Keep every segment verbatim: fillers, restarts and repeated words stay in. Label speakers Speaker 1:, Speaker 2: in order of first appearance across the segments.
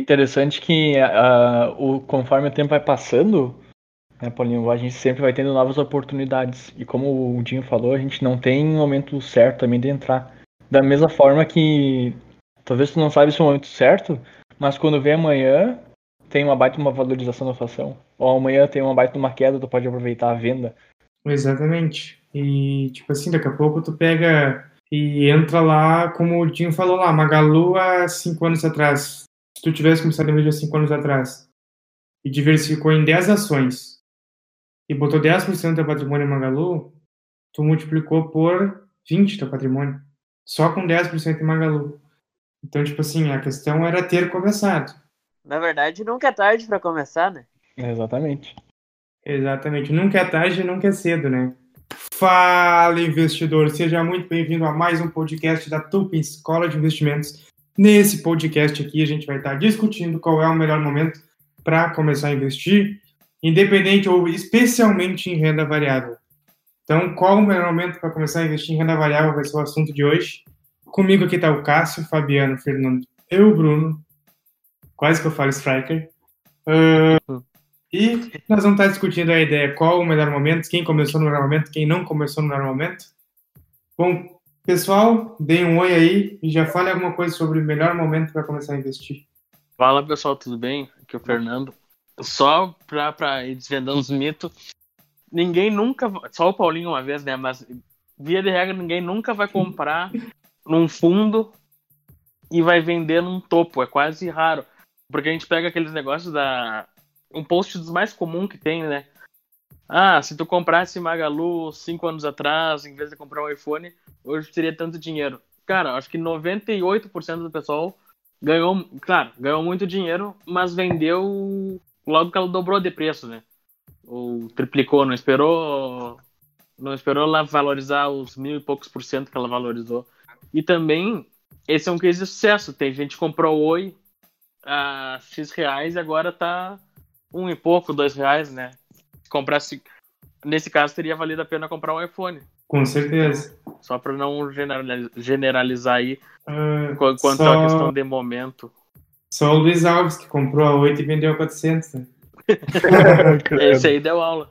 Speaker 1: interessante que uh, o, conforme o tempo vai passando, né, Paulinho, a gente sempre vai tendo novas oportunidades. E como o Dinho falou, a gente não tem um momento certo também de entrar. Da mesma forma que talvez tu não saiba se é o momento certo, mas quando vem amanhã, tem uma baita uma valorização da sua ação. Ou amanhã tem uma baita uma queda, tu pode aproveitar a venda.
Speaker 2: Exatamente. E, tipo assim, daqui a pouco tu pega e entra lá, como o Dinho falou lá, Magalu há cinco anos atrás. Se tu tivesse começado a investir há cinco anos atrás e diversificou em dez ações e botou dez por cento do teu patrimônio em Magalu, tu multiplicou por vinte teu patrimônio. Só com dez por cento em Magalu. Então, tipo assim, a questão era ter começado.
Speaker 3: Na verdade, nunca é tarde para começar, né?
Speaker 1: Exatamente.
Speaker 2: Exatamente. Nunca é tarde e nunca é cedo, né? Fala, investidor! Seja muito bem-vindo a mais um podcast da Tupin Escola de Investimentos. Nesse podcast aqui, a gente vai estar discutindo qual é o melhor momento para começar a investir, independente ou especialmente em renda variável. Então, qual o melhor momento para começar a investir em renda variável vai ser o assunto de hoje. Comigo aqui está o Cássio, Fabiano, o Fernando e o Bruno. Quase que eu falo Striker. Uh, e nós vamos estar discutindo a ideia qual o melhor momento, quem começou no melhor momento, quem não começou no melhor momento. Bom, pessoal, deem um oi aí e já fale alguma coisa sobre o melhor momento para começar a investir.
Speaker 4: Fala, pessoal, tudo bem? Aqui é o Fernando. Só para ir desvendando os mitos, ninguém nunca, só o Paulinho uma vez, né, mas via de regra ninguém nunca vai comprar num fundo e vai vender num topo, é quase raro, porque a gente pega aqueles negócios da, um post dos mais comuns que tem, né, ah, se tu comprasse Magalu cinco anos atrás, em vez de comprar um iPhone, hoje tu teria tanto dinheiro. Cara, acho que noventa e oito por cento do pessoal ganhou, claro, ganhou muito dinheiro, mas vendeu logo que ela dobrou de preço, né, ou triplicou, não esperou não esperou ela valorizar os mil e poucos por cento que ela valorizou. E também, esse é um case de sucesso. Tem gente que comprou Oi a X reais e agora tá um e pouco, dois reais, né? Se comprasse, nesse caso, teria valido a pena comprar um iPhone.
Speaker 2: Com certeza.
Speaker 4: Então, só para não generalizar aí,
Speaker 2: uh,
Speaker 4: quanto
Speaker 2: só...
Speaker 4: à questão de momento.
Speaker 2: Só o Luiz Alves, que comprou a oito e vendeu a quatrocentos, né?
Speaker 4: Esse aí deu aula.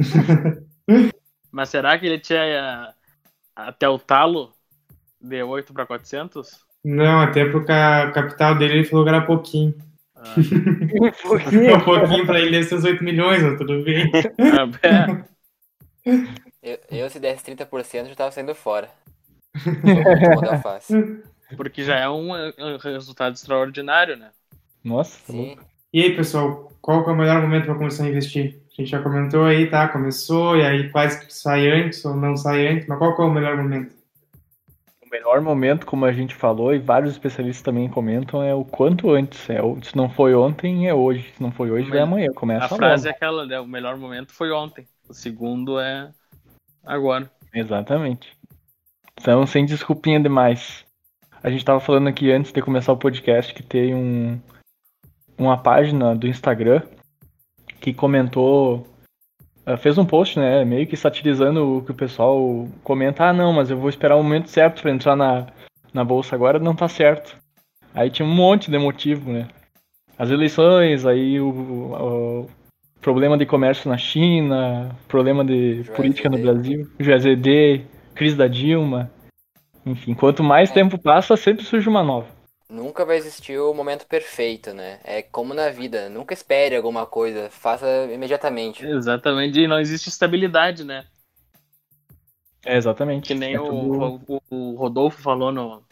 Speaker 4: Mas será que ele tinha até o talo de oito para quatrocentos?
Speaker 2: Não, até pro capital dele ele falou que era pouquinho.
Speaker 4: Ah.
Speaker 2: um pouquinho? um pouquinho pra ele desses oito milhões, mas tudo bem.
Speaker 4: Ah,
Speaker 5: eu, eu, se desse trinta por cento, já tava saindo fora. Muito modelo fácil.
Speaker 4: Porque já é um, um resultado extraordinário, né?
Speaker 1: Nossa,
Speaker 5: sim.
Speaker 2: E aí, pessoal, qual que é o melhor momento para começar a investir? A gente já comentou aí, tá? Começou, e aí quase que sai antes ou não sai antes, mas qual que é o melhor momento?
Speaker 1: O melhor momento, como a gente falou, e vários especialistas também comentam, é o quanto antes. É, se não foi ontem, é hoje. Se não foi hoje, é amanhã. Começa
Speaker 4: A frase
Speaker 1: logo.
Speaker 4: é aquela, né? O melhor momento foi ontem. O segundo é agora.
Speaker 1: Exatamente. Então, sem desculpinha demais. A gente tava falando aqui antes de começar o podcast que tem um, uma página do Instagram que comentou, fez um post, né, meio que satirizando o que o pessoal comenta, ah não, mas eu vou esperar o momento certo pra entrar na, na bolsa agora, não tá certo. Aí tinha um monte de motivo, né, as eleições, aí o, o problema de comércio na China, problema de
Speaker 5: Joia
Speaker 1: política
Speaker 5: Z D.
Speaker 1: no Brasil, J Z D, crise da Dilma, enfim, quanto mais
Speaker 5: É.
Speaker 1: tempo passa, sempre surge uma nova.
Speaker 5: Nunca vai existir o momento perfeito, né? É como na vida, nunca espere alguma coisa, faça imediatamente.
Speaker 4: Exatamente, e não existe estabilidade, né?
Speaker 1: É, exatamente.
Speaker 4: Que nem
Speaker 1: é
Speaker 4: o,
Speaker 1: tudo...
Speaker 4: o, o Rodolfo falou no,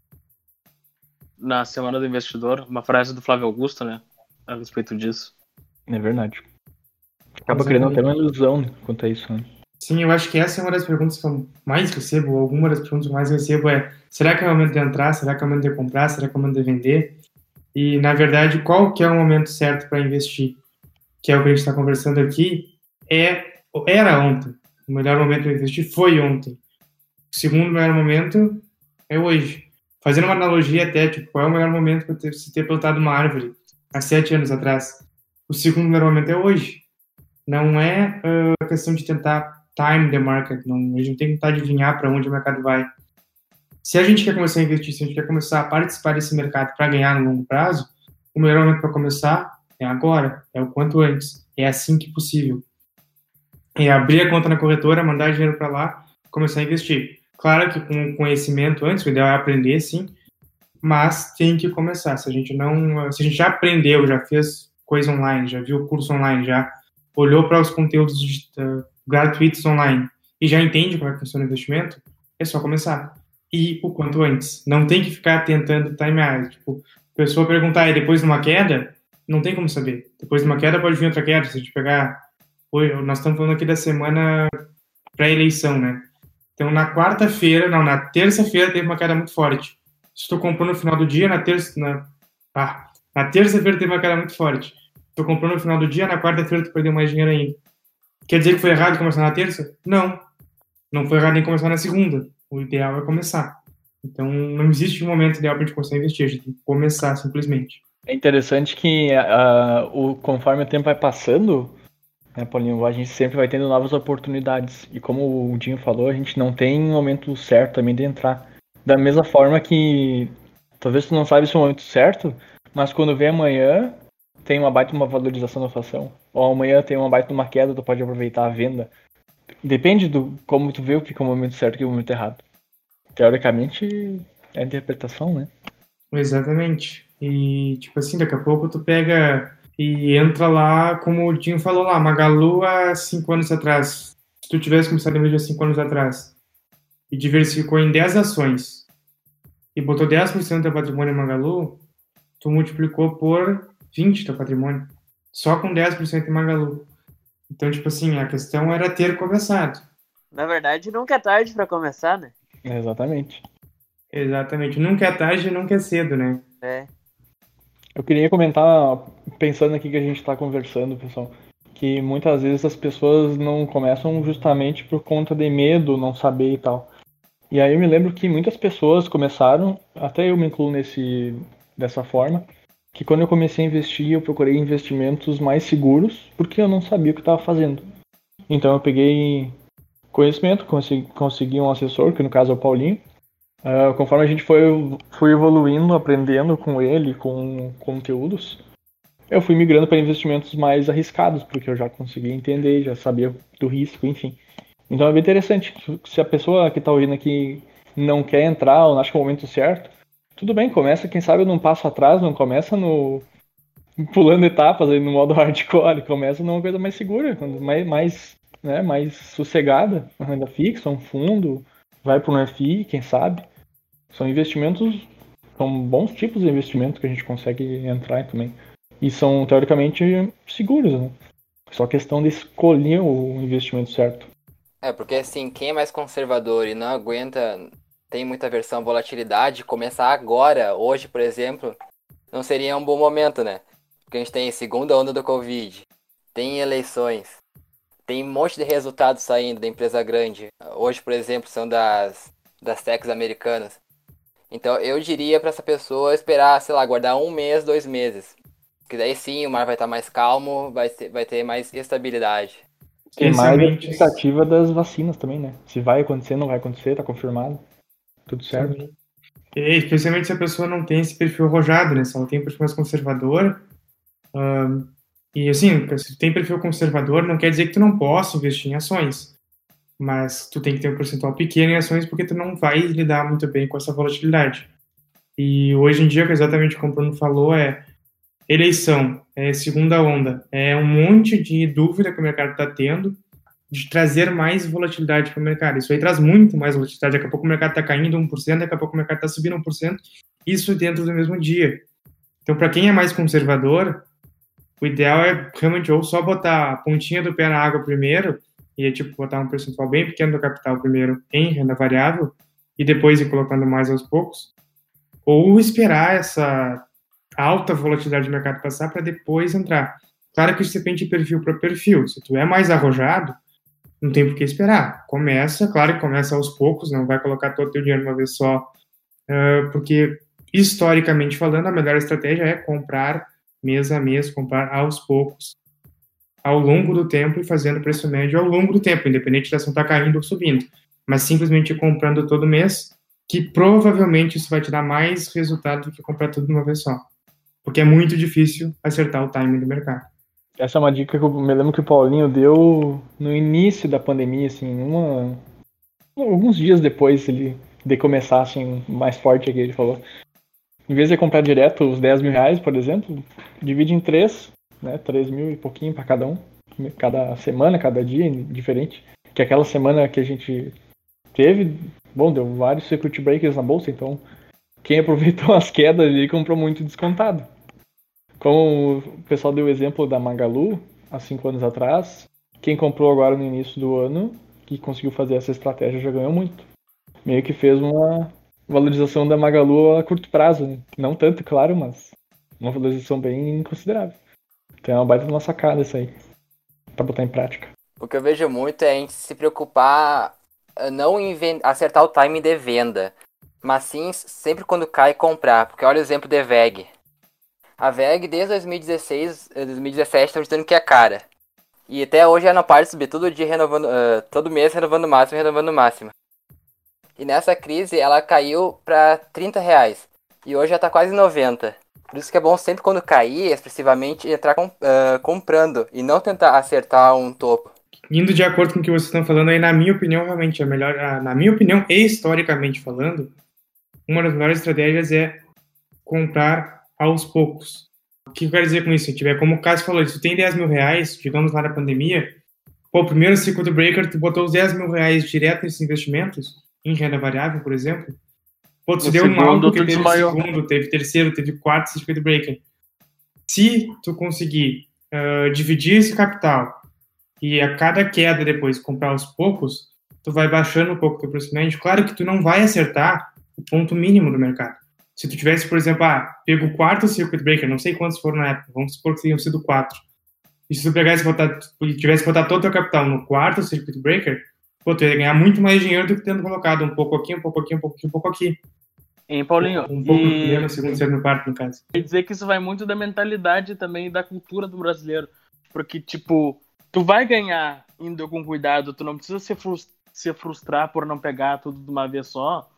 Speaker 4: na Semana do Investidor, uma frase do Flávio Augusto, né? A respeito disso.
Speaker 1: É verdade. Acaba criando até uma ilusão quanto a isso, né?
Speaker 2: Sim, eu acho que essa é uma das perguntas que eu mais recebo, ou alguma das perguntas que eu mais recebo é: será que é o momento de entrar? Será que é o momento de comprar? Será que é o momento de vender? E, na verdade, qual que é o momento certo para investir? Que é o que a gente está conversando aqui, é, era ontem. O melhor momento para investir foi ontem. O segundo melhor momento é hoje. Fazendo uma analogia até, tipo, qual é o melhor momento para se ter plantado uma árvore há sete anos atrás? O segundo melhor momento é hoje. Não é a uh, questão de tentar time the market, não, a gente tem que tentar adivinhar para onde o mercado vai. Se a gente quer começar a investir, se a gente quer começar a participar desse mercado para ganhar no longo prazo, o melhor momento para começar é agora, é o quanto antes, é assim que possível. É abrir a conta na corretora, mandar dinheiro para lá, começar a investir. Claro que com conhecimento antes, o ideal é aprender, sim, mas tem que começar. Se a gente não, se a gente já aprendeu, já fez coisa online, já viu curso online, já olhou para os conteúdos uh, gratuitos online e já entende como é que funciona o investimento, é só começar. E o quanto antes. Não tem que ficar tentando timear. Tipo, a pessoa perguntar, e depois de uma queda, não tem como saber. Depois de uma queda pode vir outra queda. Se a gente pegar... Hoje, nós estamos falando aqui da semana pré-eleição, né? Então, na quarta-feira, não, na terça-feira teve uma queda muito forte. Estou comprando no final do dia, na terça... Na, ah, na terça-feira teve uma queda muito forte. Estou comprando no final do dia, na quarta-feira tu perdeu mais dinheiro ainda. Quer dizer que foi errado começar na terça? Não. Não foi errado nem começar na segunda. O ideal é começar. Então, não existe um momento ideal para a gente começar a investir. A gente tem que começar, simplesmente.
Speaker 1: É interessante que, uh, o, conforme o tempo vai passando, né, Paulinho, a gente sempre vai tendo novas oportunidades. E como o Dinho falou, a gente não tem um momento certo também de entrar. Da mesma forma que, talvez tu não saiba se é o momento certo, mas quando vem amanhã, tem uma baita uma valorização da inflação. Ou amanhã tem uma baita uma queda, tu pode aproveitar a venda. Depende do como tu vê o que é o momento certo e o momento errado. Teoricamente, é a interpretação, né?
Speaker 2: Exatamente. E, tipo assim, daqui a pouco tu pega e entra lá, como o Dinho falou lá, Magalu há cinco anos atrás. Se tu tivesse começado a investir há cinco anos atrás e diversificou em dez ações e botou dez por cento do teu patrimônio em Magalu, tu multiplicou por vinte teu patrimônio. Só com dez por cento em Magalu. Então, tipo assim, a questão era ter começado.
Speaker 3: Na verdade, nunca é tarde para começar, né?
Speaker 1: Exatamente.
Speaker 2: Exatamente. Nunca é tarde e nunca é cedo, né?
Speaker 3: É.
Speaker 1: Eu queria comentar, pensando aqui que a gente está conversando, pessoal, que muitas vezes as pessoas não começam justamente por conta de medo, não saber e tal. E aí eu me lembro que muitas pessoas começaram, até eu me incluo nesse, dessa forma, que quando eu comecei a investir, eu procurei investimentos mais seguros, porque eu não sabia o que estava fazendo. Então eu peguei conhecimento, consegui, consegui um assessor, que no caso é o Paulinho. Uh, conforme a gente foi, foi evoluindo, aprendendo com ele, com conteúdos, eu fui migrando para investimentos mais arriscados, porque eu já conseguia entender, já sabia do risco, enfim. Então é bem interessante. Se a pessoa que está ouvindo aqui não quer entrar ou não acha que é o momento certo, tudo bem, começa, quem sabe, num passo atrás, não começa no pulando etapas aí no modo hardcore, começa numa coisa mais segura, mais, mais, né, mais sossegada, uma renda fixa, um fundo, vai para um F I, quem sabe. São investimentos, são bons tipos de investimento que a gente consegue entrar também. E são, teoricamente, seguros, né? Só questão de escolher o investimento certo.
Speaker 5: É, porque assim, quem é mais conservador e não aguenta, tem muita aversão à volatilidade, começar agora, hoje, por exemplo, não seria um bom momento, né? Porque a gente tem segunda onda do Covid, tem eleições, tem um monte de resultados saindo da empresa grande. Hoje, por exemplo, são das, das techs americanas. Então, eu diria para essa pessoa esperar, sei lá, guardar um mês, dois meses. Porque daí sim, o mar vai estar mais calmo, vai ter, vai ter mais estabilidade.
Speaker 1: Tem mais a expectativa das vacinas também, né? Se vai acontecer, não vai acontecer, tá confirmado. Tudo certo.
Speaker 2: E, especialmente se a pessoa não tem esse perfil arrojado, né? Se ela tem um perfil mais conservador. Um, e assim, se tem perfil conservador, não quer dizer que tu não possa investir em ações. Mas tu tem que ter um percentual pequeno em ações porque tu não vai lidar muito bem com essa volatilidade. E hoje em dia, o que exatamente como o Bruno falou é eleição, é segunda onda, é um monte de dúvida que o mercado está tendo de trazer mais volatilidade para o mercado. Isso aí traz muito mais volatilidade. Daqui a pouco o mercado está caindo um por cento, daqui a pouco o mercado está subindo um por cento, isso dentro do mesmo dia. Então, para quem é mais conservador, o ideal é realmente ou só botar a pontinha do pé na água primeiro, e é tipo botar um percentual bem pequeno do capital primeiro em renda variável, e depois ir colocando mais aos poucos, ou esperar essa alta volatilidade do mercado passar para depois entrar. Claro que isso depende de perfil para perfil. Se tu é mais arrojado, não tem por que esperar. Começa, claro que começa aos poucos, não vai colocar todo o teu dinheiro de uma vez só, uh, porque, historicamente falando, a melhor estratégia é comprar mês a mês, comprar aos poucos, ao longo do tempo e fazendo preço médio ao longo do tempo, independente da ação estar caindo ou subindo. Mas simplesmente comprando todo mês, que provavelmente isso vai te dar mais resultado do que comprar tudo de uma vez só. porque é muito difícil acertar o timing do mercado.
Speaker 1: Essa é uma dica que eu me lembro que o Paulinho deu no início da pandemia, assim, uma... alguns dias depois ele, de começar, assim, mais forte aqui, ele falou. Em vez de comprar direto os dez mil reais, por exemplo, divide em três, né? três mil e pouquinho para cada um. Cada semana, cada dia, diferente. Que aquela semana que a gente teve, bom, deu vários circuit breakers na bolsa, então quem aproveitou as quedas ali comprou muito descontado. Como o pessoal deu o exemplo da Magalu, há cinco anos atrás, quem comprou agora no início do ano, que conseguiu fazer essa estratégia, já ganhou muito. Meio que fez uma valorização da Magalu a curto prazo, né? Não tanto, claro, mas uma valorização bem considerável. Então é uma baita de uma sacada isso aí, pra botar em prática.
Speaker 5: O que eu vejo muito é a gente se preocupar, não em ven- acertar o timing de venda, mas sim sempre quando cai comprar. Porque olha o exemplo de V E G. A V E G desde dois mil e dezesseis, dois mil e dezessete estão dizendo que é cara. E até hoje ela não para de subir, todo dia renovando, uh, todo mês renovando o máximo, renovando o máximo. E nessa crise ela caiu para trinta reais. E hoje já tá quase noventa. Por isso que é bom sempre quando cair expressivamente entrar com, uh, comprando e não tentar acertar um topo.
Speaker 2: Indo de acordo com o que vocês estão falando aí, na minha opinião, realmente é melhor, na minha opinião e historicamente falando, uma das melhores estratégias é comprar aos poucos. O que eu quero dizer com isso? Se tiver, como o Cássio falou, se tu tem dez mil reais, digamos lá na pandemia, pô, o primeiro circuit breaker, tu botou os dez mil reais direto nesses investimentos, em renda variável, por exemplo, pô, tu se deu mal porque teve
Speaker 4: desmaiou.
Speaker 2: segundo, teve terceiro, teve quarto circuit breaker. Se tu conseguir uh, dividir esse capital e a cada queda depois comprar aos poucos, tu vai baixando um pouco o teu preço médio. Claro que tu não vai acertar o ponto mínimo do mercado. Se tu tivesse, por exemplo, ah, pego o quarto circuit breaker, não sei quantos foram na época, vamos supor que tenham sido quatro. E se tu pegasse e botar, tivesse botado todo o teu capital no quarto circuit breaker, pô, tu ia ganhar muito mais dinheiro do que tendo colocado um pouco aqui, um pouco aqui, um pouco aqui, um pouco aqui.
Speaker 4: Hein, Paulinho?
Speaker 2: Um pouco no
Speaker 4: e...
Speaker 2: primeiro, no segundo, no segundo, no quarto, no caso.
Speaker 4: Quer dizer que isso vai muito da mentalidade também, da cultura do brasileiro. Porque, tipo, tu vai ganhar indo com cuidado, tu não precisa se, frust- se frustrar por não pegar tudo de uma vez só,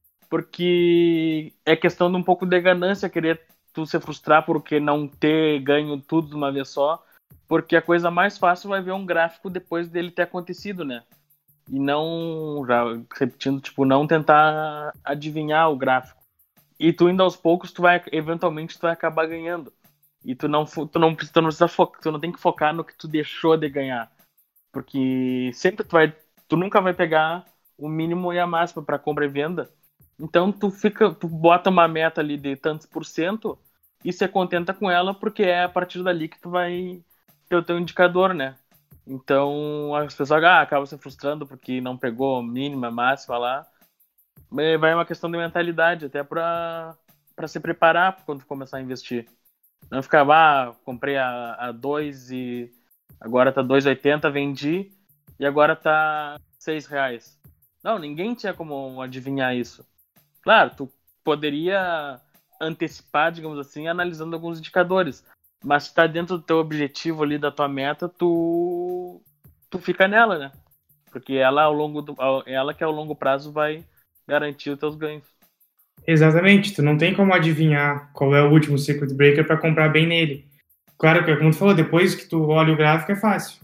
Speaker 4: porque é questão de um pouco de ganância querer tu se frustrar porque não ter ganho tudo de uma vez só, porque a coisa mais fácil vai ver um gráfico depois dele ter acontecido, né? E não, já repetindo, tipo, não tentar adivinhar o gráfico. E tu indo aos poucos, tu vai, eventualmente, tu vai acabar ganhando. E tu não, tu não, tu não precisa focar, tu não tem que focar no que tu deixou de ganhar. Porque sempre tu vai, tu nunca vai pegar o mínimo e a máxima para compra e venda. Então tu fica, tu bota uma meta ali de tantos por cento e se contenta com ela, porque é a partir dali que tu vai ter o teu indicador, né? Então as pessoas ah, acabam se frustrando porque não pegou a mínima, a máxima lá. Mas vai uma questão de mentalidade, até para para se preparar quando começar a investir. Não ficar, ah, comprei a, a dois e agora tá dois e oitenta, vendi e agora tá seis reais. Não, ninguém tinha como adivinhar isso. Claro, tu poderia antecipar, digamos assim, analisando alguns indicadores. Mas se tá dentro do teu objetivo ali, da tua meta, tu, tu fica nela, né? Porque ela, ao longo do, ela que ao longo prazo vai garantir os teus ganhos.
Speaker 2: Exatamente, tu não tem como adivinhar qual é o último circuit breaker para comprar bem nele. Claro que, como tu falou, depois que tu olha o gráfico é fácil.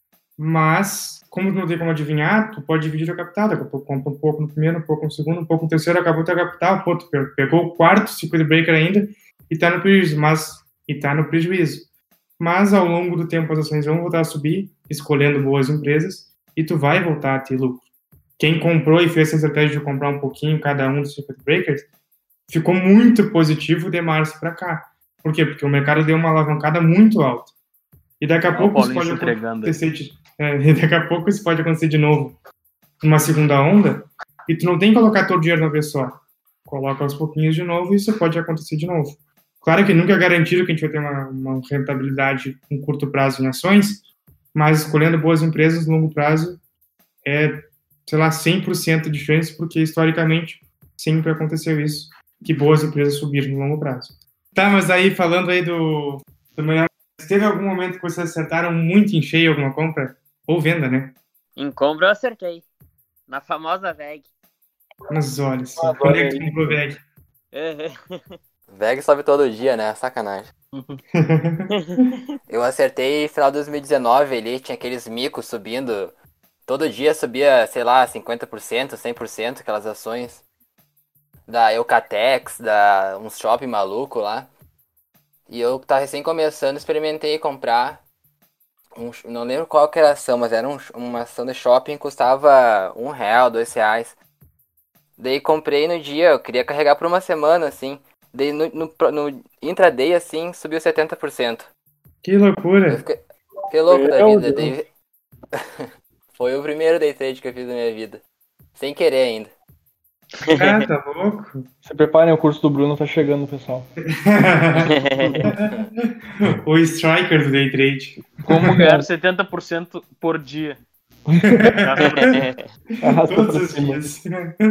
Speaker 2: Mas, como tu não tem como adivinhar, tu pode dividir o capital. Daqui a pouco compra um pouco no primeiro, um pouco no segundo, um pouco no terceiro, acabou o teu capital. Pô, tu pegou o quarto circuit breaker ainda e tá no prejuízo. Mas, e tá no prejuízo. Mas, ao longo do tempo, as ações vão voltar a subir, escolhendo boas empresas, e tu vai voltar a ter lucro. Quem comprou e fez essa estratégia de comprar um pouquinho cada um dos circuit breakers, ficou muito positivo de março para cá. Por quê? Porque o mercado deu uma alavancada muito alta. E daqui a
Speaker 4: Ó,
Speaker 2: pouco
Speaker 4: o
Speaker 2: isso
Speaker 4: Paulinho
Speaker 2: pode
Speaker 4: se entregando aí.
Speaker 2: acontecer de, é, e daqui a pouco isso pode acontecer de novo, uma segunda onda, e tu não tem que colocar todo o dinheiro na vez só. Coloca aos pouquinhos de novo e isso pode acontecer de novo. Claro que nunca é garantido que a gente vai ter uma, uma rentabilidade em curto prazo em ações, mas escolhendo boas empresas no longo prazo é, sei lá, cem por cento de chance, porque historicamente sempre aconteceu isso, que boas empresas subiram no longo prazo. Tá, mas aí falando aí do, do melhor, teve algum momento que vocês acertaram muito em cheio alguma compra? Ou venda, né?
Speaker 3: Em compra eu acertei. Na famosa V E G.
Speaker 2: Nos olhos.
Speaker 1: Ah,
Speaker 2: Quando é
Speaker 1: agora
Speaker 2: que tu
Speaker 1: aí.
Speaker 2: comprou V E G?
Speaker 3: Uhum.
Speaker 5: Veg sobe todo dia, né? Sacanagem. Eu acertei final de dois mil e dezenove ali, tinha aqueles micos subindo. Todo dia subia, sei lá, cinquenta por cento, cem por cento, aquelas ações. Da Eucatex, da uns shopping maluco lá. E eu tava recém começando, experimentei comprar. Um, não lembro qual que era a ação, mas era um, uma ação de shopping, custava um real, dois reais. Daí comprei no dia, eu queria carregar por uma semana, assim. Daí no, no, no intraday, assim, subiu setenta por cento.
Speaker 2: Que loucura.
Speaker 5: Eu fiquei, fiquei louco da
Speaker 1: Meu
Speaker 5: vida.
Speaker 1: Deus.
Speaker 5: Daí... Foi o primeiro day trade que eu fiz na minha vida. Sem querer ainda.
Speaker 2: Ah, tá louco.
Speaker 1: Se preparem, o curso do Bruno tá chegando, pessoal.
Speaker 2: O striker do day trade.
Speaker 4: Como ganhar setenta por cento por dia.
Speaker 1: Arrasta
Speaker 2: Todos
Speaker 1: pra
Speaker 2: os
Speaker 1: cima.
Speaker 2: dias.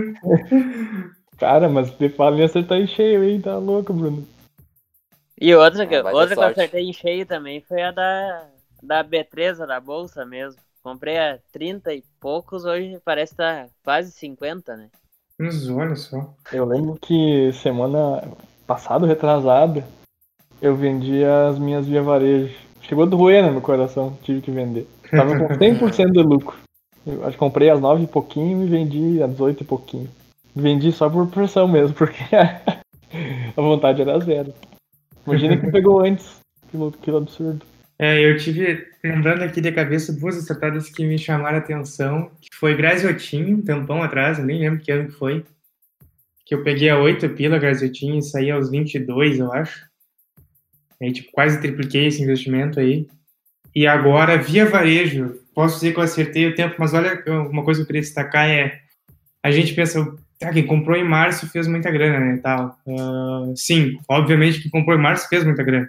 Speaker 1: Cara, mas te fala em acertar em cheio, hein? Tá louco, Bruno.
Speaker 3: E outra que,
Speaker 5: Ah, vai ter
Speaker 3: outra que eu
Speaker 5: sorte.
Speaker 3: acertei em cheio também foi a da, da B três, a da Bolsa mesmo. Comprei a trinta e poucos, hoje parece que tá quase cinquenta, né?
Speaker 2: Mas olha só.
Speaker 1: Eu lembro que semana passada, retrasada, eu vendi as minhas via varejo. Chegou doendo no meu coração, tive que vender. Tava com cem por cento de lucro. Eu acho que comprei às nove e pouquinho e vendi às dezoito e pouquinho. Vendi só por pressão mesmo, porque a vontade era zero. Imagina que pegou antes. Que, que absurdo.
Speaker 2: É, eu tive, lembrando aqui de cabeça, duas acertadas que me chamaram a atenção, que foi Graziotinho, um tempão atrás, eu nem lembro que ano que foi, que eu peguei a oito pila Graziotinho e saí aos vinte e dois, eu acho. Aí, tipo, quase tripliquei esse investimento aí. E agora, via varejo, posso dizer que eu acertei o tempo, mas olha, uma coisa que eu queria destacar é, a gente pensa, tá, quem comprou em março fez muita grana, né, tal. Uh, sim, obviamente quem comprou em março fez muita grana.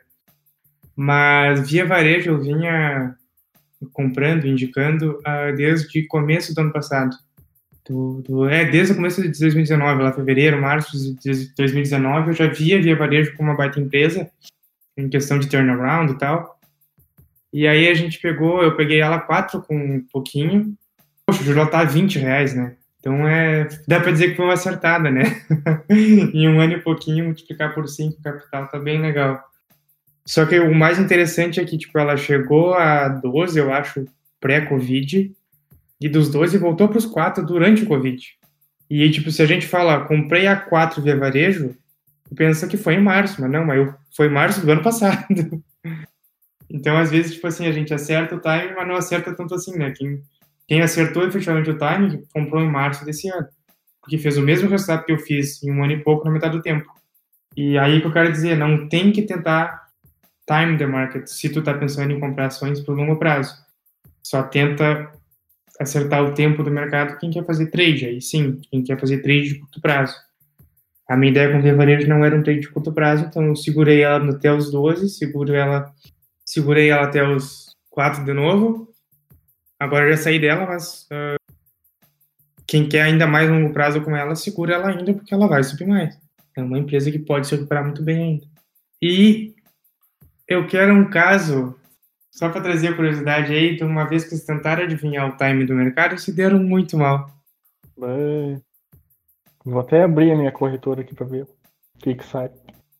Speaker 2: Mas via varejo eu vinha comprando, indicando uh, desde o começo do ano passado. Do, do, é, desde o começo de dois mil e dezenove, lá fevereiro, março de dois mil e dezenove, eu já via via varejo como uma baita empresa, em questão de turnaround e tal. E aí a gente pegou, eu peguei ela quatro com um pouquinho. Poxa, o juro tá a vinte reais, né? Então é, dá pra dizer que foi uma acertada, né? Em um ano e pouquinho, multiplicar por cinco o capital tá bem legal. Só que o mais interessante é que, tipo, ela chegou a doze, eu acho, pré-Covid, e dos doze voltou para os quatro durante o Covid. E aí, tipo, se a gente fala, comprei a quatro via varejo, pensa que foi em março, mas não, mas eu, foi em março do ano passado. Então, às vezes, tipo assim, a gente acerta o time, mas não acerta tanto assim, né? Quem, quem acertou efetivamente o time, comprou em março desse ano. Porque fez o mesmo resultado que eu fiz em um ano e pouco na metade do tempo. E aí que eu quero dizer, não tem que tentar time the market, se tu tá pensando em comprar ações por longo prazo. Só tenta acertar o tempo do mercado quem quer fazer trade. Aí sim, quem quer fazer trade de curto prazo. A minha ideia com o varejo não era um trade de curto prazo, então eu segurei ela até os doze, seguro ela, segurei ela até os quatro de novo. Agora eu já saí dela, mas uh, quem quer ainda mais longo prazo com ela, segura ela ainda, porque ela vai subir mais. É uma empresa que pode se recuperar muito bem ainda. E eu quero um caso, só para trazer a curiosidade aí, de uma vez que vocês tentaram adivinhar o time do mercado, se deram muito mal.
Speaker 1: Vai. Vou até abrir a minha corretora aqui para ver o que que sai.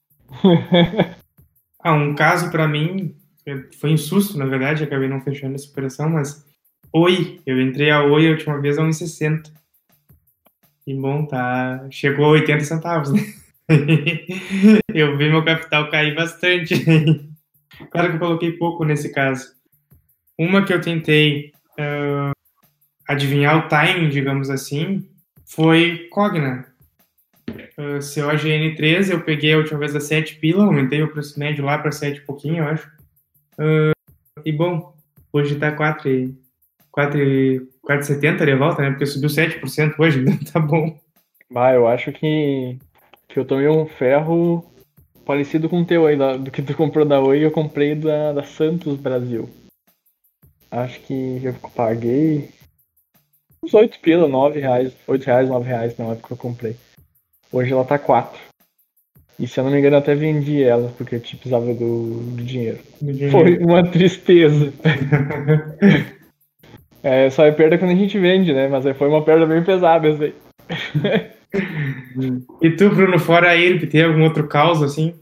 Speaker 2: Ah, um caso para mim, foi um susto, na verdade, acabei não fechando essa operação, mas Oi, eu entrei a Oi a última vez a um e sessenta. E bom, tá, chegou a oitenta centavos, né? Eu vi meu capital cair bastante. Claro que eu coloquei pouco nesse caso. Uma que eu tentei uh, adivinhar o timing, digamos assim, foi Cogna. Uh, C O G N três, eu peguei a última vez a sete pila, aumentei o preço médio lá para sete e pouquinho, eu acho. Uh, e bom, hoje tá quatro e setenta de volta, né? Porque subiu sete por cento hoje, então tá bom.
Speaker 1: Bah, eu acho que, que eu tomei um ferro parecido com o teu aí, da, do que tu comprou da Oi, eu comprei da, da Santos Brasil. Acho que eu paguei uns oito pila, nove reais, oito reais, nove reais na época que eu comprei. Hoje ela tá quatro. E se eu não me engano, eu até vendi ela, porque eu precisava do, do dinheiro.
Speaker 2: Do dinheiro.
Speaker 1: Foi uma tristeza. É, só é perda quando a gente vende, né? Mas aí foi uma perda bem pesada essa aí.
Speaker 2: E tu, Bruno, fora a I R B, tem algum outro caos assim?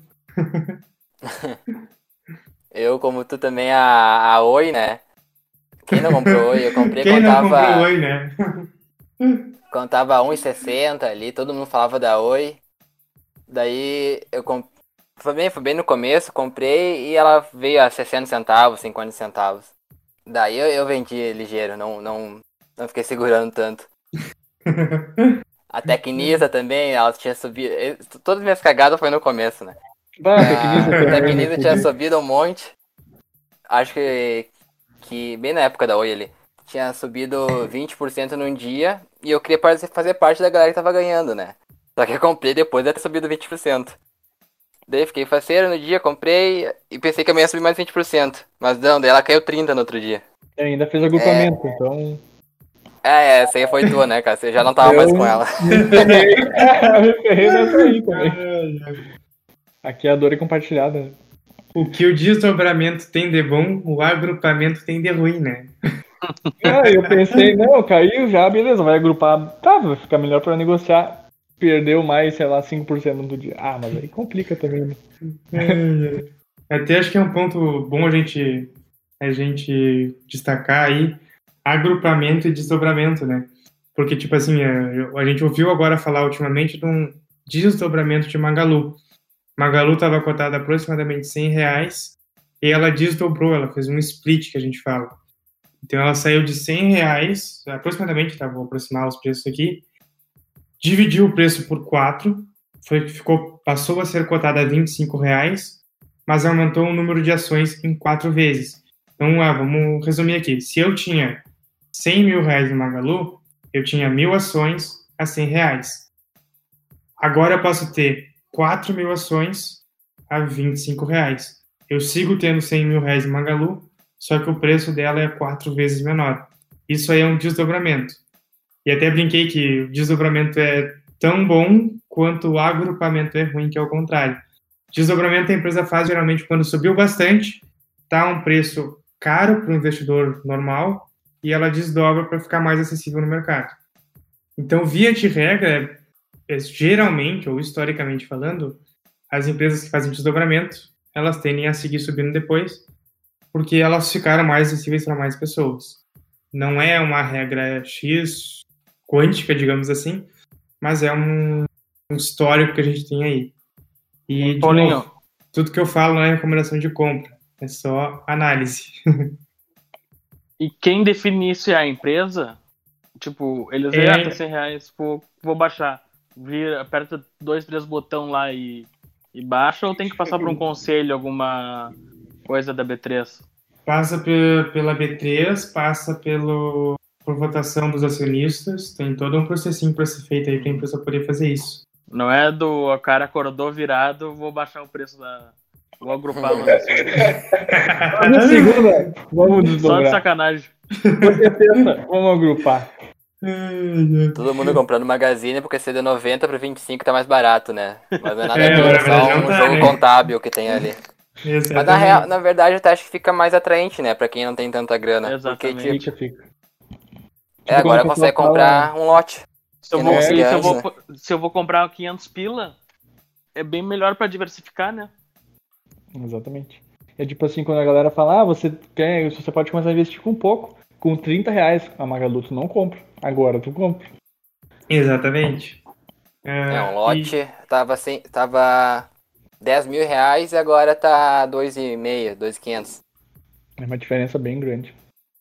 Speaker 5: Eu, como tu também, a, a Oi, né? Quem não comprou Oi? Eu comprei
Speaker 2: Quem
Speaker 5: quando
Speaker 2: não
Speaker 5: tava,
Speaker 2: comprou Oi, né?
Speaker 5: quando tava um e sessenta ali, todo mundo falava da Oi. Daí eu comprei. Foi bem, foi bem no começo, comprei e ela veio a sessenta centavos, cinquenta centavos. Daí eu, eu vendi ligeiro, não, não, não fiquei segurando tanto. A Tecnisa também, ela tinha subido. eh, Todas as minhas cagadas foi no começo, né?
Speaker 1: Bah, Tecnisa
Speaker 5: A
Speaker 1: também,
Speaker 5: Tecnisa
Speaker 1: né?
Speaker 5: tinha subido um monte. Acho que, que bem na época da Oi ali. Tinha subido vinte por cento num dia e eu queria parce- fazer parte da galera que tava ganhando, né? Só que eu comprei depois de ter subido vinte por cento. Daí fiquei faceiro no dia, comprei e pensei que eu ia subir mais vinte por cento. Mas não, daí ela caiu trinta por cento no outro dia.
Speaker 1: E ainda fez agrupamento, então.
Speaker 5: É, essa aí foi tua, né, cara? Você já não tava
Speaker 1: eu
Speaker 5: mais com ela.
Speaker 1: Me ferrei, me ferrei nessa aí também. Aqui a dor é compartilhada. Né?
Speaker 2: O que o desdobramento tem de bom, o agrupamento tem de ruim, né?
Speaker 1: Ah, eu pensei, não, caiu já, beleza, vai agrupar. Tá, vai ficar melhor pra negociar. Perdeu mais, sei lá, cinco por cento do dia. Ah, mas aí complica também, né?
Speaker 2: É, até acho que é um ponto bom a gente, a gente destacar aí, agrupamento e desdobramento, né? Porque, tipo assim, é, a gente ouviu agora falar ultimamente de um desdobramento de Magalu. Magalu estava cotada aproximadamente cem reais e ela desdobrou, ela fez um split, que a gente fala. Então ela saiu de cem reais, aproximadamente, tá? Vou aproximar os preços aqui, dividiu o preço por quatro, foi, ficou, passou a ser cotada a vinte e cinco reais, mas aumentou o número de ações em quatro vezes. Então, ah, vamos resumir aqui. Se eu tinha cem mil reais no Magalu, eu tinha mil ações a cem reais. Agora eu posso ter quatro mil ações a vinte e cinco reais. Eu sigo tendo cem mil reais no Magalu, só que o preço dela é quatro vezes menor. Isso aí é um desdobramento. E até brinquei que o desdobramento é tão bom quanto o agrupamento é ruim, que é o contrário. Desdobramento a empresa faz geralmente quando subiu bastante, está um preço caro para o investidor normal e ela desdobra para ficar mais acessível no mercado. Então, via de regra, é, geralmente, ou historicamente falando, as empresas que fazem desdobramento, elas tendem a seguir subindo depois, porque elas ficaram mais acessíveis para mais pessoas. Não é uma regra X, quântica, digamos assim, mas é um, um histórico que a gente tem aí. E, de
Speaker 4: Paulinho,
Speaker 2: novo, tudo que eu falo não é recomendação de compra, é só análise.
Speaker 4: e quem define isso é a empresa? Tipo, eles veem,
Speaker 2: É.
Speaker 4: ah, tá cem reais, vou, vou baixar. Vira, aperta dois, três botão lá e, e baixa, ou tem que passar por um conselho, alguma coisa da B três?
Speaker 2: Passa pe- pela B três, passa pelo, por votação dos acionistas, tem todo um processinho para ser feito aí para a empresa poder fazer isso.
Speaker 4: Não é do o cara acordou virado, vou baixar o preço da. Vou agrupar uma ações.
Speaker 1: Na segunda, vamos
Speaker 4: Só de
Speaker 1: desdobrar.
Speaker 4: sacanagem.
Speaker 1: Você tenta, vamos agrupar.
Speaker 5: Todo mundo comprando Magazine porque C D noventa para vinte e cinco tá mais barato, né? Mas não é nada
Speaker 2: É,
Speaker 5: disso,
Speaker 2: na
Speaker 5: é
Speaker 2: verdade
Speaker 5: só
Speaker 2: não
Speaker 5: um
Speaker 2: tá,
Speaker 5: jogo
Speaker 2: né?
Speaker 5: contábil que tem ali. Mas na,
Speaker 2: Exatamente.
Speaker 5: real, na verdade eu até acho que fica mais atraente, né? Pra quem não tem tanta grana.
Speaker 4: Exatamente.
Speaker 5: Porque, tipo,
Speaker 1: Fica, fica.
Speaker 5: é, agora
Speaker 1: quando a
Speaker 5: consegue
Speaker 1: pessoa
Speaker 5: comprar um lote.
Speaker 4: Se eu,
Speaker 5: Que
Speaker 4: vou,
Speaker 5: não
Speaker 1: É,
Speaker 4: se,
Speaker 5: conseguia
Speaker 4: eu
Speaker 5: antes,
Speaker 4: vou,
Speaker 5: né?
Speaker 4: se eu vou comprar quinhentos pila, é bem melhor pra diversificar, né?
Speaker 1: Exatamente. É tipo assim, quando a galera fala, ah, você quer, você pode começar a investir com pouco, com trinta reais. A Magalu tu não compra. Agora tu compra.
Speaker 2: Exatamente.
Speaker 5: É, um
Speaker 2: e-
Speaker 5: lote tava, assim, tava dez mil reais e agora tá dois e meio, dois mil e quinhentos.
Speaker 1: É uma diferença bem grande.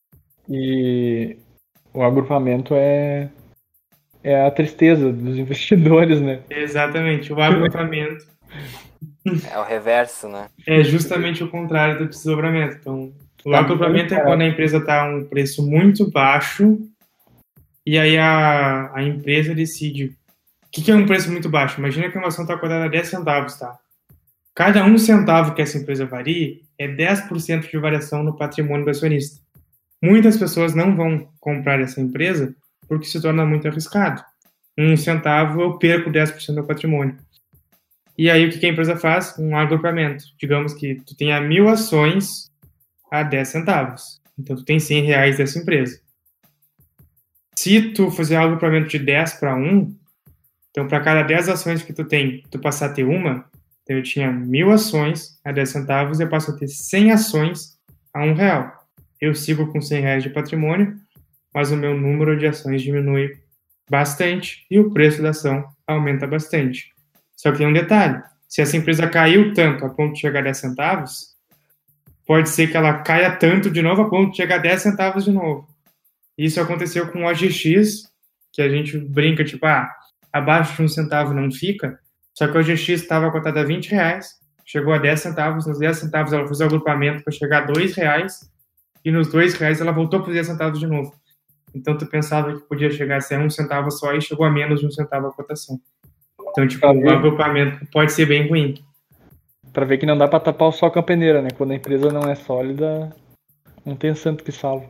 Speaker 1: E o agrupamento é, é a tristeza dos investidores, né?
Speaker 2: Exatamente. O agrupamento
Speaker 5: É o reverso, né?
Speaker 2: é justamente o contrário do desdobramento. Então, o
Speaker 1: Tá
Speaker 2: agrupamento
Speaker 1: muito
Speaker 2: é quando a empresa está a um preço muito baixo e aí a, a empresa decide. O que, que é um preço muito baixo? Imagina que uma ação está cotada a dez centavos, tá? Cada um centavo que essa empresa varie é dez por cento de variação no patrimônio do acionista. Muitas pessoas não vão comprar essa empresa porque se torna muito arriscado. Um centavo eu perco dez por cento do patrimônio. E aí o que a empresa faz? Um agrupamento. Digamos que tu tenha mil ações a dez centavos. Então tu tem cem reais dessa empresa. Se tu fizer um agrupamento de dez para um, Então, para cada dez ações que tu tem, tu passar a ter uma, então eu tinha mil ações a dez centavos, eu passo a ter cem ações a um real. Eu sigo com cem reais de patrimônio, mas o meu número de ações diminui bastante e o preço da ação aumenta bastante. Só que tem um detalhe, se essa empresa caiu tanto a ponto de chegar a dez centavos, pode ser que ela caia tanto de novo a ponto de chegar a dez centavos de novo. Isso aconteceu com o O G X, que a gente brinca, tipo, ah, abaixo de um centavo não fica, só que o O G X estava cotado a vinte reais, chegou a dez centavos, nos dez centavos ela fez o agrupamento para chegar a dois reais, e nos dois reais ela voltou para os dez centavos de novo. Então tu pensava que podia chegar a ser um centavo só e chegou a menos de um centavo a cotação. Então, tipo, o agrupamento pode ser bem ruim.
Speaker 1: Pra ver que não dá pra tapar o sol com a peneira, né? Quando a empresa não é sólida, não tem santo que salva.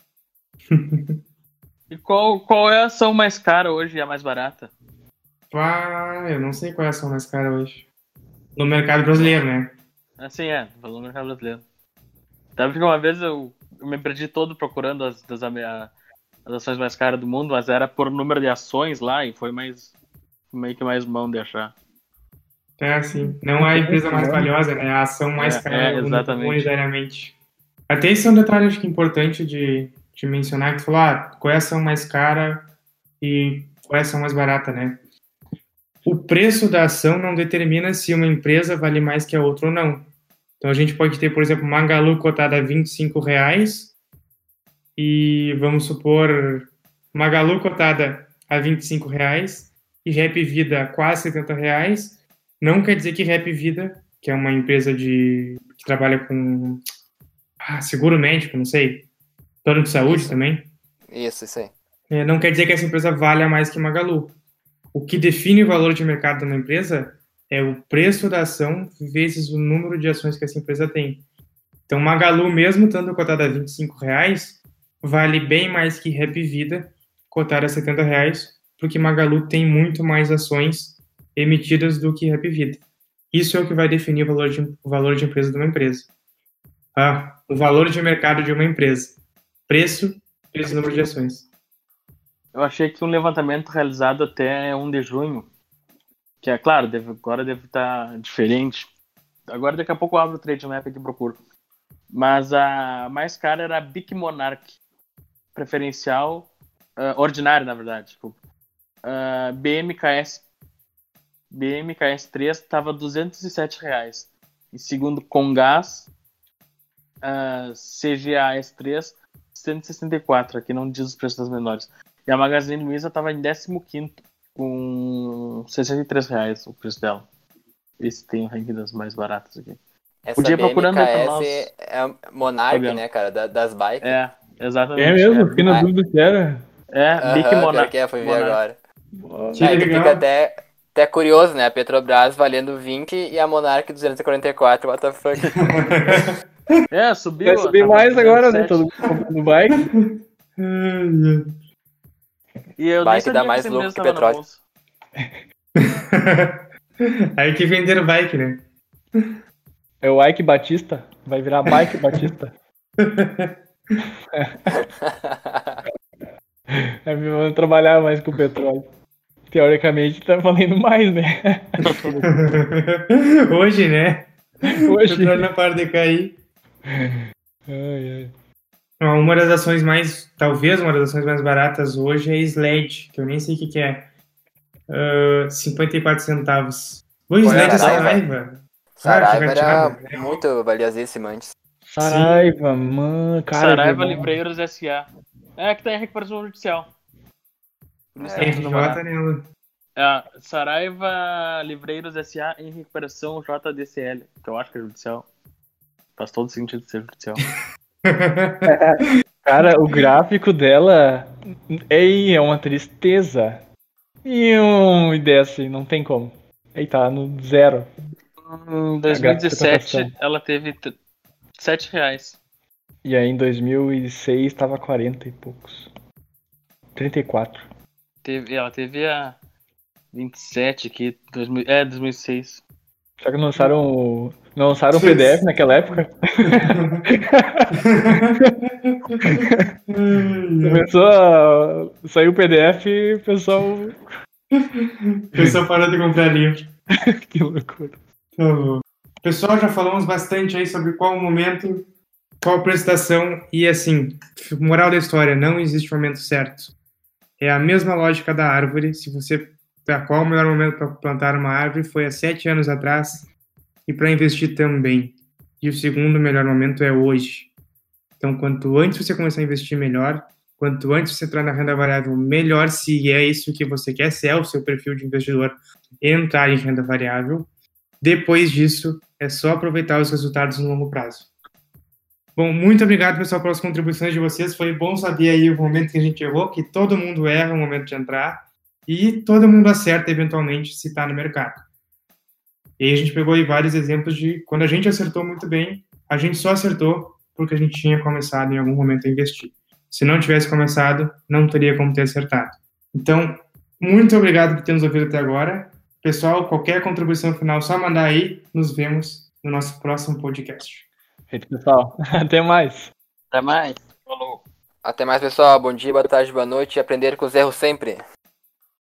Speaker 4: E qual, qual é a ação mais cara hoje e a mais barata?
Speaker 2: Ah, eu não sei qual é a ação mais cara hoje. No mercado brasileiro, né?
Speaker 4: Assim é, falou no mercado brasileiro. Sabe que uma vez eu, eu me perdi todo procurando as, das, a, as ações mais caras do mundo, mas era por número de ações lá e foi mais meio que mais mão de achar.
Speaker 2: É assim, não é a empresa mais valiosa, né? A ação mais
Speaker 4: É,
Speaker 2: cara
Speaker 4: é, exatamente.
Speaker 2: monetariamente. Até esse é um detalhe acho que importante de, de mencionar, que tu falou, ah, qual é a ação mais cara e qual é a ação mais barata, né? O preço da ação não determina se uma empresa vale mais que a outra ou não. Então a gente pode ter, por exemplo, Magalu cotada a vinte e cinco reais e vamos supor Magalu cotada a vinte e cinco reais e Rap Vida quase setenta reais. Não quer dizer que Rap Vida, que é uma empresa de que trabalha com ah, seguro médico, não sei, plano de saúde
Speaker 5: Isso.
Speaker 2: também.
Speaker 5: Isso, isso aí.
Speaker 2: É, não quer dizer que essa empresa valha mais que Magalu. O que define o valor de mercado de uma empresa é o preço da ação vezes o número de ações que essa empresa tem. Então, Magalu, mesmo estando cotada a vinte e cinco reais, vale bem mais que Rap Vida, cotada a setenta reais, porque Magalu tem muito mais ações emitidas do que Rap Vida. Isso é o que vai definir o valor de, o valor de empresa de uma empresa. Ah, o valor de mercado de uma empresa. Preço vezes número de ações.
Speaker 4: Eu achei que um levantamento realizado até um de junho, que é claro, deve, agora deve estar diferente. Agora daqui a pouco eu abro o Trade Map aqui e procuro. Mas a mais cara era a Bic Monarch. Preferencial, uh, ordinário na verdade. Tipo, uh, B M K S B M K S três estava duzentos e sete reais. E segundo Comgás, uh, C G A S três, cento e sessenta e quatro. Aqui não diz os preços das menores. E a Magazine Luiza estava em décimo quinto, com sessenta e três reais o preço dela. Esse tem o ranking das mais baratas aqui.
Speaker 5: Essa
Speaker 4: Podia procurando aí pra nós.
Speaker 5: B M K S é a Monarch,
Speaker 4: Fabiano.
Speaker 5: né, cara, da- das bikes.
Speaker 4: É, exatamente.
Speaker 1: É mesmo?
Speaker 4: É,
Speaker 1: Fiquei na
Speaker 5: Ah.
Speaker 1: dúvida se era.
Speaker 4: é
Speaker 5: Aham,
Speaker 4: Bic
Speaker 5: pior
Speaker 4: Monarch.
Speaker 5: que é, fui ver
Speaker 4: Monarch.
Speaker 5: agora.
Speaker 2: Que
Speaker 5: Aí tu
Speaker 2: legal.
Speaker 5: fica até, até curioso, né? A Petrobras valendo vinte e a Monarch duzentos e quarenta e quatro, what the fuck.
Speaker 4: É, subiu.
Speaker 1: Vai subir
Speaker 4: tava
Speaker 1: mais agora, né?
Speaker 4: duzentos
Speaker 1: Todo mundo comprando bike.
Speaker 4: E eu
Speaker 5: Bike
Speaker 4: nem
Speaker 5: dá
Speaker 4: sabia
Speaker 5: mais
Speaker 4: que essa
Speaker 5: lucro
Speaker 4: empresa
Speaker 5: que
Speaker 4: tava na
Speaker 5: petróleo.
Speaker 4: bolsa.
Speaker 2: Aí que venderam bike, né?
Speaker 1: É o Ike Batista. Vai virar Bike Batista. É, vamos trabalhar mais com o petróleo. Teoricamente tá valendo mais, né?
Speaker 2: Hoje, né?
Speaker 1: Hoje.
Speaker 2: O petróleo não para de cair.
Speaker 1: Ai, ai.
Speaker 2: Uma das ações mais, talvez uma das ações mais baratas hoje é a Sled, que eu nem sei o que, que é. Uh, cinquenta e quatro centavos. O Sled é Saraiva.
Speaker 5: Saraiva
Speaker 2: Ah, que
Speaker 5: era
Speaker 2: chateado.
Speaker 5: muito valiosíssima antes.
Speaker 1: Saraiva, mano. Cara,
Speaker 4: Saraiva
Speaker 1: é
Speaker 4: Livreiros S A. É que tá em recuperação judicial. Por isso
Speaker 5: É,
Speaker 4: tá
Speaker 2: Tem
Speaker 4: tudo
Speaker 2: J
Speaker 4: barato.
Speaker 2: nela.
Speaker 4: É, Saraiva Livreiros S A em recuperação J D C L, que eu acho que é judicial. Faz todo sentido ser judicial.
Speaker 1: Cara, o gráfico dela ei, é uma tristeza. E um e desce, não tem como. Aí tá no zero.
Speaker 4: Em dois mil e dezessete
Speaker 1: cotação.
Speaker 4: ela teve t- sete reais.
Speaker 1: E aí em dois mil e seis tava quarenta e poucos. trinta e quatro.
Speaker 4: Teve, ela teve a vinte e sete aqui, dois mil, é dois mil e seis.
Speaker 1: Só que não lançaram o. Não lançaram o P D F naquela época. Começou a sair o P D F e o pessoal
Speaker 2: O pessoal parou de comprar livro.
Speaker 1: Que loucura.
Speaker 2: Tá louco. Pessoal, já falamos bastante aí sobre qual o momento, qual prestação e assim, moral da história, não existe momento certo. É a mesma lógica da árvore. Se você, qual o melhor momento para plantar uma árvore foi há sete anos atrás e para investir também. E o segundo melhor momento é hoje. Então, quanto antes você começar a investir, melhor. Quanto antes você entrar na renda variável, melhor, se é isso que você quer, se é o seu perfil de investidor, entrar em renda variável. Depois disso, é só aproveitar os resultados no longo prazo. Bom, muito obrigado, pessoal, pelas contribuições de vocês. Foi bom saber aí o momento que a gente errou, que todo mundo erra no momento de entrar e todo mundo acerta eventualmente se está no mercado. E aí a gente pegou aí vários exemplos de quando a gente acertou muito bem, a gente só acertou porque a gente tinha começado em algum momento a investir. Se não tivesse começado, não teria como ter acertado. Então, muito obrigado por ter nos ouvido até agora. Pessoal, qualquer contribuição final, só mandar aí. Nos vemos no nosso próximo podcast.
Speaker 1: Feito, pessoal. Até mais.
Speaker 3: Até mais.
Speaker 4: Falou.
Speaker 5: Até mais, pessoal. Bom dia, boa tarde, boa noite. E aprender com os erros sempre.